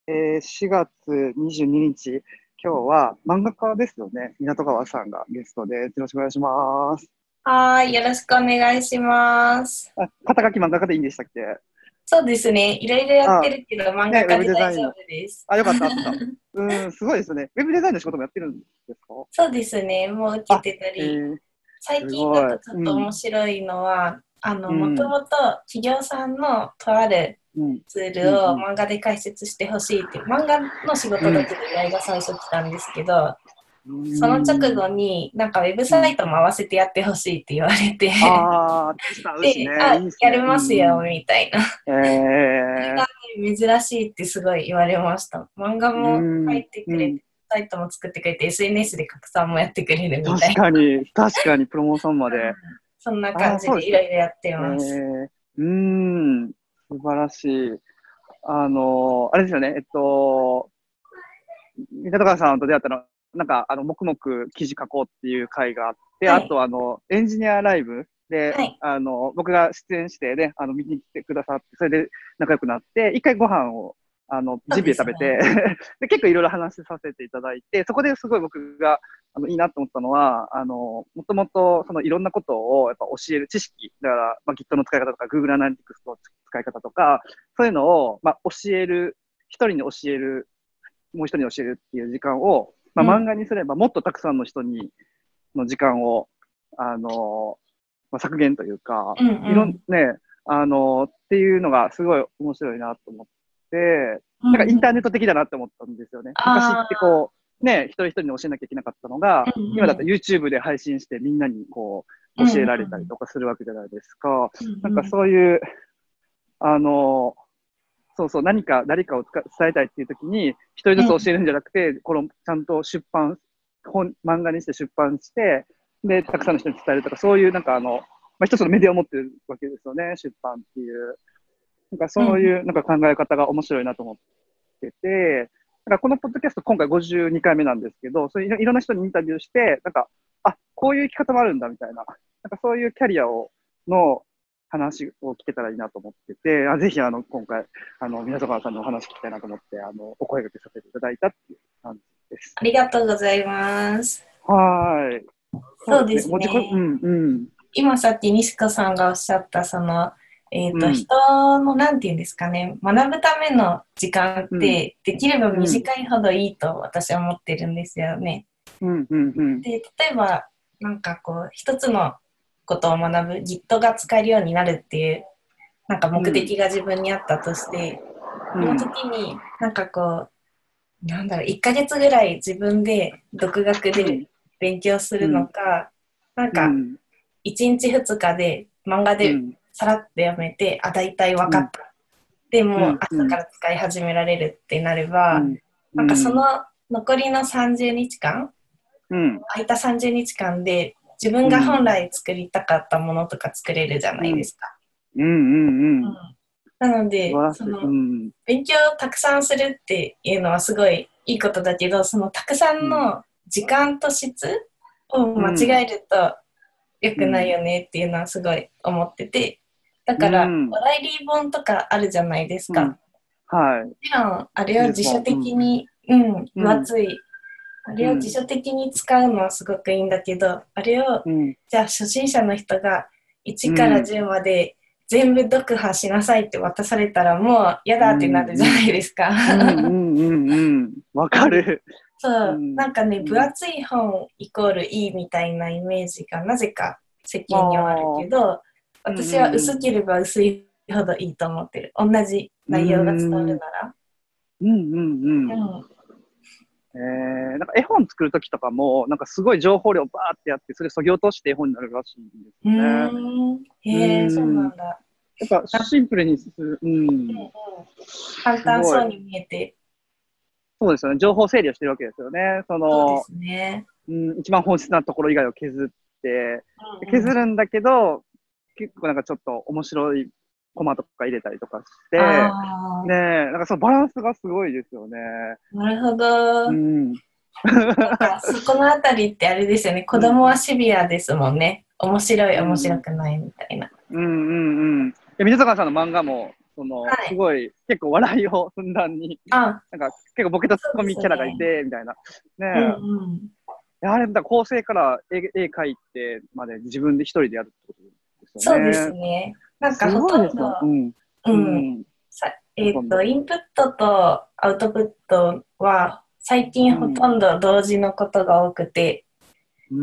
4月22日、今日は漫画家ですよね。港川さんがゲストです。よろしくお願いします。 はーい、よろしくお願いします。 あ、肩書き漫画家でいいんでしたっけ？ そうですね。いろいろやってあ、 るけど、漫ね、ウェブ画家で大丈夫デザインの。 です。 あ、よかった、あった。すごいですね。ウェブデザインの仕事もやってるんですか？ そうですね。もう受けあ、 てたり、最すごい。 近だとちょっと面白いのは、もとうん、 もと企業さんのとあるうん、 ツーうん、 ルをうん、 漫画で解説してほしいっていう、漫画の仕うん、 事だけど依頼が最初来たんですけど、 うその直ん、 後になんかウェブうん。 サイトも合わせてやってほしいって言われてああ、使うしで、 ね。 あ、 いいですね。 やりうん、うますよ、みたいな。 ん。え珍しいってすごい言われました。漫画うも書ん、 いてくれうん。 て、サイトも作ってくれて、SNS で拡散もやってくれるみたいな。 確かに、確かに、プロモーションまで。 そんなああ、 感じでいそうです。 ろいろやってます。 素晴らしい。あれですよね、港川さんと出会ったのは、なんか、黙々記事書こうっていう会があって、 はい。 あと、エンジニアライブで、 はい。 僕が出演してね、見に来てくださって、それで仲良くなって、一回ご飯を、 そうジビエ食べてですね。 で、結構いろいろ話させていただいて、そこですごい僕が、いいなと思ったのは、もともと、そのいろんなことをやっぱ教える知識、だから、まあ、Git の使い方とか、Google Analytics の使い方とか、そういうのを、まあ、教える、一人に教える、もう一人に教えるっていう時間を、まあ、 うん。 漫画にすればもっとたくさんの人に、の時間を、あの、まあ、削減というか、 うんういろん、 ん。 ね、っていうのがすごい面白いなと思って、なんかインターうんうん。 ネット的だなって思ったんですよね。昔っああ、 てこう、ね、一人一人に教えなきゃいけなかったのが、今だったらうんうん。 YouTube で配信してみんなにこう、教えうんうん。 られたりとかするわけじゃないですか。なんかうんうん。 そういう、あの、そうそう、何か誰かを伝えたいっていう時に、一人うん。 ずつ教えるんじゃなくて、このちゃんと漫画にして出版して、で、たくさんの人に伝えるとか、そういうなんかまあ、一つのメディアを持ってるわけですよね、出版っていう。なんかうんうん。 そういうなんか考え方が面白いなと思ってて、だからこのポッドキャスト今回52回目なんですけど、そういういろんな人にインタビューして、なんか、あ、こういう生き方もあるんだみたいな、なんかそういうキャリアの話を聞けたらいいなと思ってて、ぜひ今回、港川さんのお話聞きたいなと思って、お声掛けさせていただいたっていう感じです。 ありがとうございます。 はーい。そうそうでですね。 すね。 うん、 今さっき西子さんがおっしゃった、 うん、 人の、なんていうんですかね、学ぶための時間っうん、 て、できればうん、 短いほどいいと私は思ってるんですよね。 うん、うん、うん、 で、例えば、なんかこう、一つのことを学ぶ、Git が使えるようになるっていう、なんか目うん、 的が自分にあったとして、そのうん、 時に、なんかこう、なんだろう、1ヶ月ぐらい自分で独学でうん、 勉強するのうん、 か、なんかうん、 1日2日で漫画でうん、 さらっと読めて、あ、大体分うん、 かった。でもううん、うん、 明日から使い始められるってなれば、 うん、うなんかそのん、 残りの30日間、 うん、 空いた30日間で自分がうん、 本来作りたかったものとか作れるじゃなうん、 いですか。 うん、うん、 うん、なので、 素晴らしい。うん、 勉強をたくさんするっていうのはすごいいいことだけど、そのたくさうん、 んの時間と質を間うん、 違えると良くないうん、 よねっていうのはすごい思ってて、だうから、 ん、 オライリー本とかあるじゃないですうん、 か。 はもちろん、あれい。技を自主術本。うん、 的に、 うん、 分厚い。あれを自うん、 主的に使うのはすごくいいんだけど、あれを、 うん、 じゃあ初心者の人が1からうん、 10まで全部読破しなさいって渡されたらもう嫌うだってなるじゃなん、 いですか。 うん、うん、うん、うん、わなんで、 かる。 そう、 うん、 なんかね、 うん、 分厚い本イコールいいみたいなイメージがなぜか世あ間にはあるけあ、 ど、 うん、 私はうん、 薄ければ薄いほどいいと思ってる。同じう内容が伝わん、うん、 るなら。 うん、うん。 うん。 なんか絵本作るときとかも、なんかすごい情報量バーってやって、それ削ぎ落として絵本になるらしいんですうよね。 ーん。 うへえ、そうん。 なんだ。 やっぱシンプルにする、うん。 簡すごい。 単そうに見えて。 そうですよね。情報整理をしてるわけですよね。 そうですね。 一番本質なところ以外を削って、 うんうん。 削るんだけど、結構なんかちょっと面白いコマとか入れたりとかして、 あねえ、なんかそのバランスがすごいですよね。 あ、なるほど。なんうん。 か、そこのあたりってあれですよね。子うん。 供はシビアですもんね。面白い、面うん。 白くないみたいな。 うんうんうん。水坂さんの漫画もすはい。 ごい、結構笑いをふんだんに、 あ、 なんか結構ボケとツッそうでコミキャラがいすね。 て、みたいな。ねうんえ。 うん。 あれ、だから構成から絵描いてまで自分で一人でやるってことですよそうですね。 ね。なんかすほとんど、 ごいですよ。うん。 ううん。 ん。ほとんど。 インプットとアウトプットは最近ほうん。 とんど同時のことが多くて、 うん。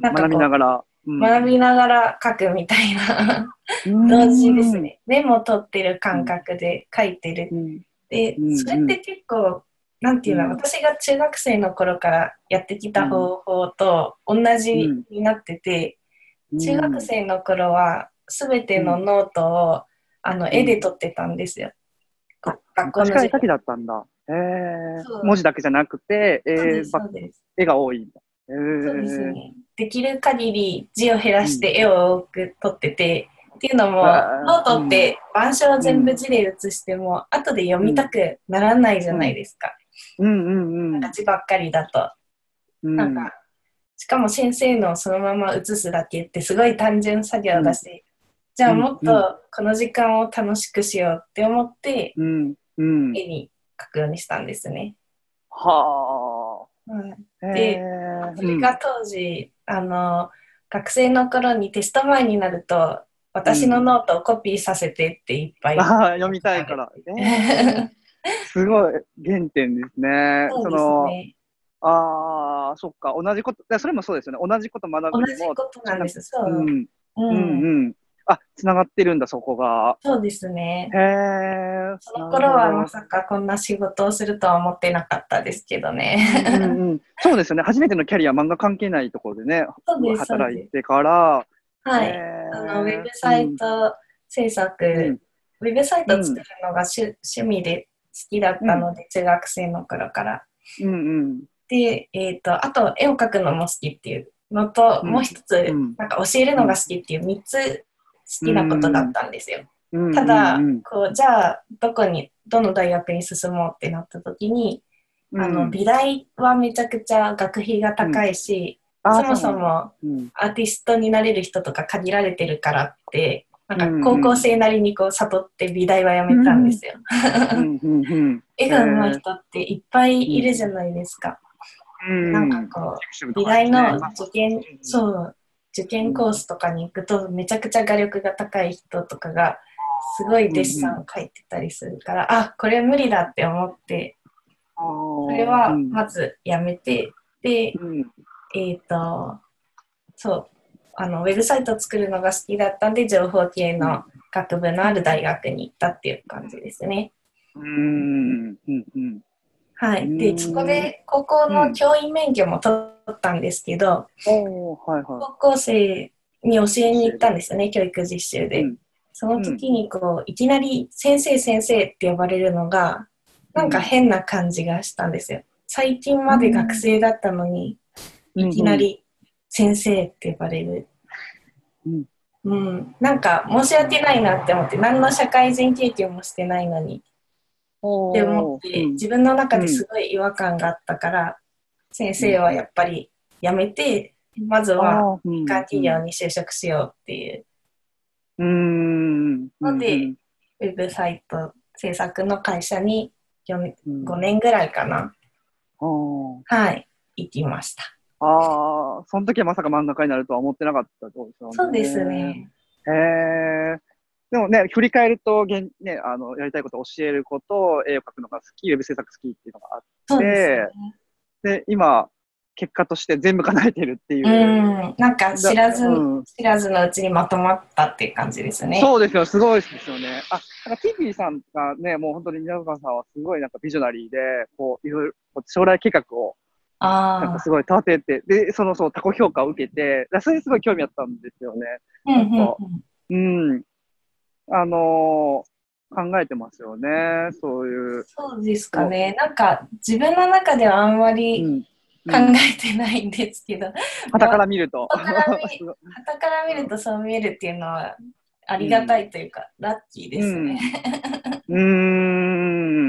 学びなんかこながら。うう、学ん。 びながら書くみたいなう同時ですん。 ね。メモ取ってる感うん。 覚で書いてる。 うん。 で、 うん。 それって結構、なんていうの、 うん。 私が中学生の頃からやってきたうん。 方法と同じうん。 になってて、 う中学ん。 生の頃はすべてうん。 のノートを絵でうん。 撮ってたんですよ。 あ、 学校の授業。 昔から絵描きだったんだ。文そう、 字だけじゃなくて、 そうです、そうです。 絵が多いんだ。 そうですね。できる限り字を減らうん。 して絵を多く撮ってて、っていうのも、ノーうん。 トって板書をうん。 全部字で写しても、後で読みたうん。 くならないじゃうん。 ないですか。 うん。うん。 字ばっかりだと。 うん。 なんか、しかも先生のそのまま写すだけってすごい単純作業だうん。 し、じゃあうん。 もっうん。 とこの時間を楽しくしようって思ってうん。うん。 絵に描くようにしたんですね。 はうん、 あ。 で、そうん。 れが当時、学生の頃にテスト前になると、私のうん。 ノートをコピーさせてっていっぱいああ、読やっみてたんです。 たいから。すごい原点ですね。 そうですね。 ああ、そっか。同じこと、それもそうですよね。同じこと学同ぶにも、 じことなんなんか、 です。そうう。 ん、 ううん。 ん、うん。あ、つながってるんだ、そこが。 そうですね。 へえ、 そのなる頃はまほど。 さかこんな仕事をするとは思ってなかったですけどうん、うね。 ん、うん。そうですよね。初めてのキャリア、漫画関係ないところでね、 そうです、そうです。 働いてから、へはい。ウェえ、 ブサイうん、 ト制作、 うん、 ウェブサイトを作るうん、 のが趣味で好きだっうん、 たので、中学生の頃から。 うん、 で、あと、絵を描くのも好きっていうのと、もううん、 一つ、 うん、 なんか教えるのがうん、 好きっていう三つ好うきなことだん、 ったんですよ。 うん、 ただ、 うん、 じゃあ、どの大学に進もうってなった時に、 うん、 美大はめちゃくちゃ学費がうん。 高いし、 ああ、 そもそうなんだ。 そもうん、 アーティストになれる人とか限られてるからって、なんうん、 か高校うん、 生なりにこう悟って美大はやめたんでうん、 すよ。 うん、うん、うん。 絵が上手い人っていっぱいうん、 いるじゃないですか。 うなんかん。 こう、 セクシブと美かですね。 大のそう、受うん、 験コースとかに行くとめちゃくちゃ画力が高い人とかがすごいうん、 デッサンうん。 を描いてたりするから、あ、これ無理だって思って、 あそれあ、うん、 はまずやめて、で、 うん、 えっ、と、そう、ウェブサイトを作るのが好きだったんで、情報系うん、 の学部のある大学に行ったっていう感じですね。 うん、うん、うん、 はい。で、そこうん、 で高校うん。 の教員免許も取ったんですけど、 おー、はいは高校生に教えい。 に行ったん教える。 ですよね、教育実習で。 うん、 そのうん、 時にこう、いきなり先生先生って呼ばれるのが、なんかうん、 変な感じがしたんですよ。最近まで学うん、 生だったのに、いきうん、うん、 なり先生って呼ばれる。 うん。 うん、なんか申し訳ないなって思って、何の社会人経験もしてないのにって思っおー、うて、 ん、 自分の中うん。 ですごい違和感があったから、先うん、 生はうん。 やっぱり辞めて、まずはああ、うん、 民間うん。 企業に就職しようっていううーん、うん、うので、 ん。 ウェブサイト制作の会社にうん 5年ぐらいかな。 あーはい、行きました。 あー、その時はまさか真ん中になるとは思ってなかったってことですよそうですね。 ね。 へえ。でもね、振り返ると、ね、やりたいことを教えること、絵を描くのが好き、ウェブ制作好きっていうのがあっそうですね。 て、で、今、結果として全部叶えてるってういう。 ん、なんかうん。 知らずのうちにまとまったっていう感じですね。 そうですよ、すごいですよね。なんか TP さんがね、もう本当に皆川さんはすごいなんかビジョナリーで、こう、いろいろ将来計画をなんかああ、 すごい立てて、で、そう、他己評価を受けて、それにすごい興味あったんですよね。 うんなんか、 うんうん。 うん、あの考えてますよね。そういう、 そうですその、 かね。なんか自分の中ではあんまりうん、う考ん。 えてないんですけど、 傍から見ると。 傍から見るとそう見えるっていうのはありがたうん、 いというか、ラッキーですね。 うん、うん。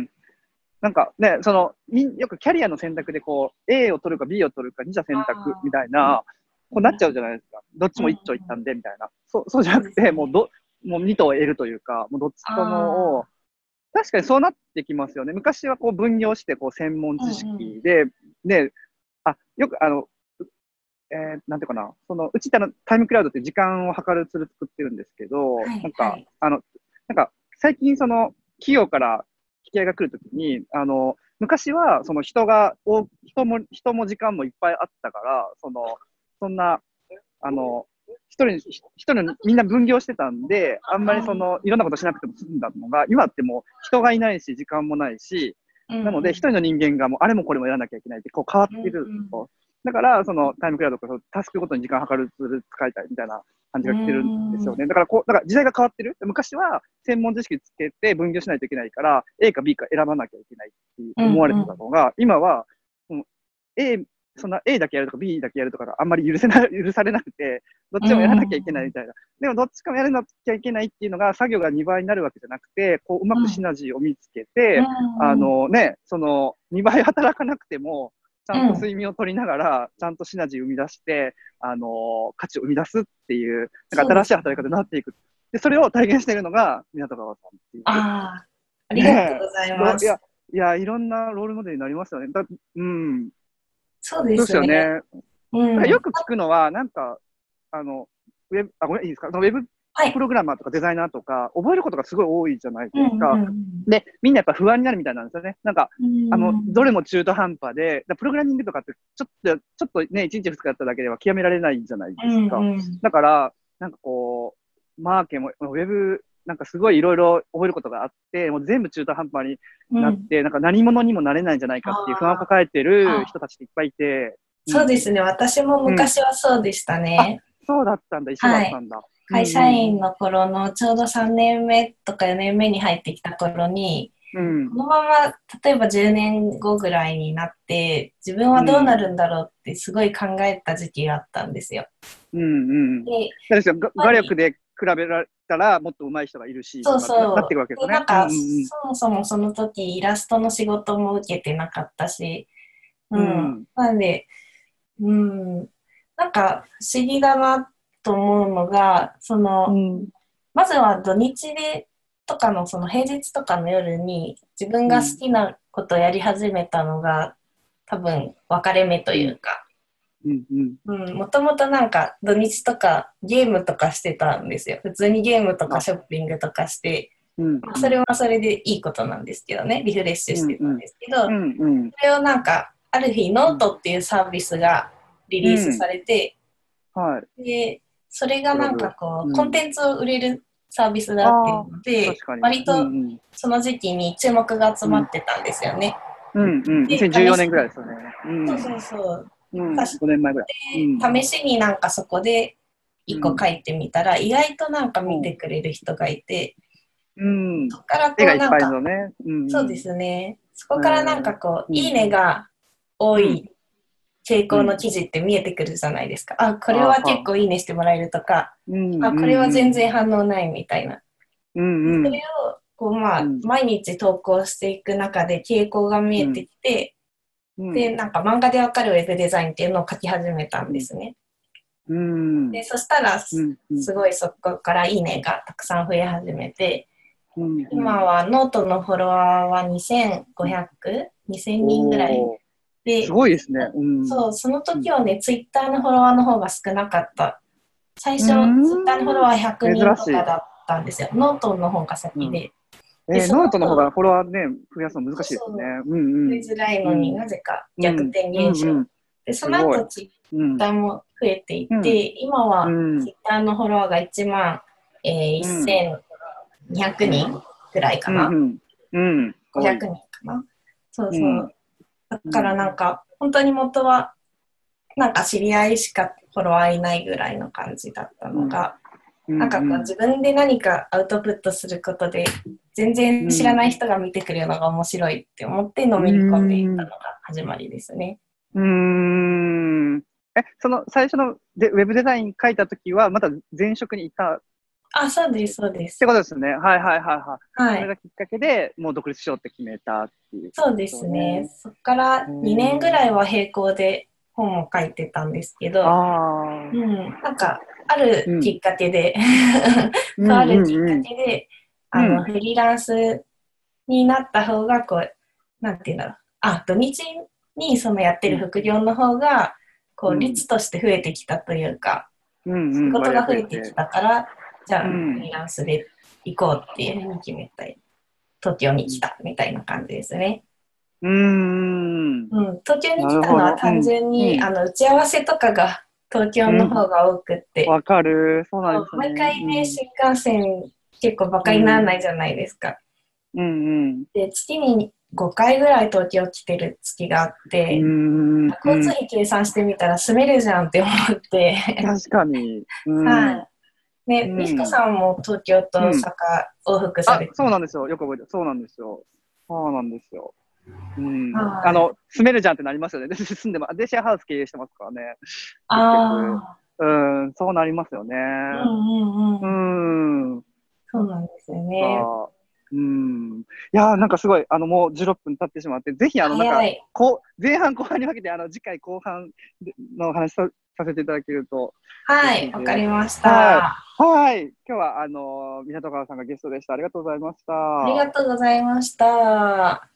なんかね、よくキャリアの選択でこう、A を取るか B を取るか二者選択みああ、 たいな、こうなっちゃうじゃないですか。どっちうんうん、 も一長一短でみたいな。そうじゃそうなくて、もうですね。 もう2頭得るというか、もうどっちともを、確かにそうなってきますよね。昔はこう分業して、こう専門知識で、で、よくなんていうかな、うちってタイムクラウドって時間を計るツール作ってるんですけど、なんか、最近企業から引き合いが来るときに、昔は人も時間もいっぱいあったから、そんな、一人のみんな分業してたんで、あんまりいろんなことしなくても済んだのが、今ってもう人がいないし、時間もないし、なので一人の人間がもうあれもこれもやらなきゃいけないってこう変わってると。だから、タイムクラウドとかタスクごとに時間計るツール使いたいみたいな感じが来てるんですよね。だから時代が変わってる。昔は専門知識つけて分業しないといけないから、A か B か選ばなきゃいけないって思われてたのが、今は、そんな A だけやるとか B だけやるとかがあんまり許されなくて、どっちもやらなきゃいけないみたいな。でもどっちかもやらなきゃいけないっていうのが作業が2倍になるわけじゃなくて、こううまくシナジーを見つけて、2倍働かなくても、ちゃんと睡眠を取りながら、ちゃんとシナジーを生み出して、価値を生み出すっていう、なんか新しい働き方になっていく。で、それを体現しているのが、港川さんっていう。 ありがとうございます。 いや、いろんなロールモデルになりますよね。 そうですよね。 よく聞くのは、なんか、いいですか？ウェブプログラマーとかデザイナーとか、覚えることがすごい多いじゃないですか。で、みんなやっぱ不安になるみたいなんですよね。なんか、どれも中途半端で、プログラミングとかってちょっとね、1日2日やっただけでは極められないじゃないですか。だから、なんかこう、マーケも、ウェブ、なんかすごいいろいろ覚えることがあって、もう全部中途半端になって、なんか何者にもなれないんじゃないかっていう不安を抱えてる人たちっていっぱいいて。 そうですね。私も昔はそうでしたね。 そうだったんだ、一緒だったんだ。 会社員の頃のちょうど3年目とか4年目に入ってきた頃に、このまま例えば10年後ぐらいになって自分はどうなるんだろうってすごい考えた時期があったんですよ。 で画力で比べられたらもっと上手い人がいるし、 そうそう。 なっていくわけですね。 なんか、そもそもその時イラストの仕事も受けてなかったし、なんで、なんか不思議だなと思うのが、まずは土日でとかのその平日とかの夜に自分が好きなことをやり始めたのが、多分分かれ目というか、もともとなんか土日とかゲームとかしてたんですよ。普通にゲームとかショッピングとかして、それはそれでいいことなんですけどね、リフレッシュしてたんですけど、それをなんかある日ノートっていうサービスがリリースされて、でそれがなんかこう、コンテンツを売れるサービスだっていうので、割とその時期に注目が集まってたんですよね。 2014年ぐらいですよね。 そうそう。 5年前ぐらい。試しになんかそこで1個書いてみたら、意外となんか見てくれる人がいて、そこからこうなんか、そうですね。そこからなんかこう、いいねが多い傾向の記事って見えてくるじゃないですか。これは結構いいねしてもらえるとか、これは全然反応ないみたいな。それをこう毎日投稿していく中で傾向が見えてきて、で、なんか漫画でわかるウェブデザインっていうのを書き始めたんですね。で、そしたら、すごいそこからいいねがたくさん増え始めて、今はノートのフォロワーは2500、2000人ぐらい。 すごいですね。 そう、その時はね、ツイッターのフォロワーの方が少なかった。最初、ツイッターのフォロワー100人とかだったんですよ。ノートの方が先で。 ノートの方がフォロワーね、増やすの難しいですね。 増えづらいのになぜか逆転現象。で、その後、ツイッターも増えていて、今はツイッターのフォロワーが1万1200人ぐらいかな。500人かな。そうそう。だからなんか、本当に元は、なんか知り合いしかフォロワーいないぐらいの感じだったのが、なんかこう自分で何かアウトプットすることで、全然知らない人が見てくるのが面白いって思ってのめり込んでいったのが始まりですね。 その最初のウェブデザイン書いたときは、また前職にいた？ そうです、そうです。 ってことですね。それがきっかけでもう独立しようって決めたっていう。 そうですね。そこから2年ぐらいは並行で本を書いてたんですけど、 あなんか、あるきっかけで、とあるきっかけで、フリーランスになった方が、こう、なんていうんだろう。土日にそのやってる副業の方が、こう、率として増えてきたというか、仕事が増えてきたから、じゃあ、フリーランスで行こうっていうふうに決めたい。東京に来たみたいな感じですね。東京に来たのは単純に、打ち合わせとかが東京の方が多くって。 わかる。そうなんですね。 毎回ね、新幹線結構バカにならないじゃないですか。で、月に5回ぐらい東京来てる月があって、交通費計算してみたら住めるじゃんって思って。 確かに。 はい。ね、みひこさんも東京と大阪往復されて、 そうなんですよ。よく覚えてる。そうなんですよ。そうなんですよ。住めるじゃんってなりますよね。住んでで、シェアハウス経営してますからね。そうなりますよね。 そうなんですよね。 いやなんかすごい、もう16分経ってしまって、ぜひ、なんか、前半後半に分けて、次回後半の話させていただけると。 はい、わかりました。 はい。今日は、港川さんがゲストでした。ありがとうございました。 ありがとうございました。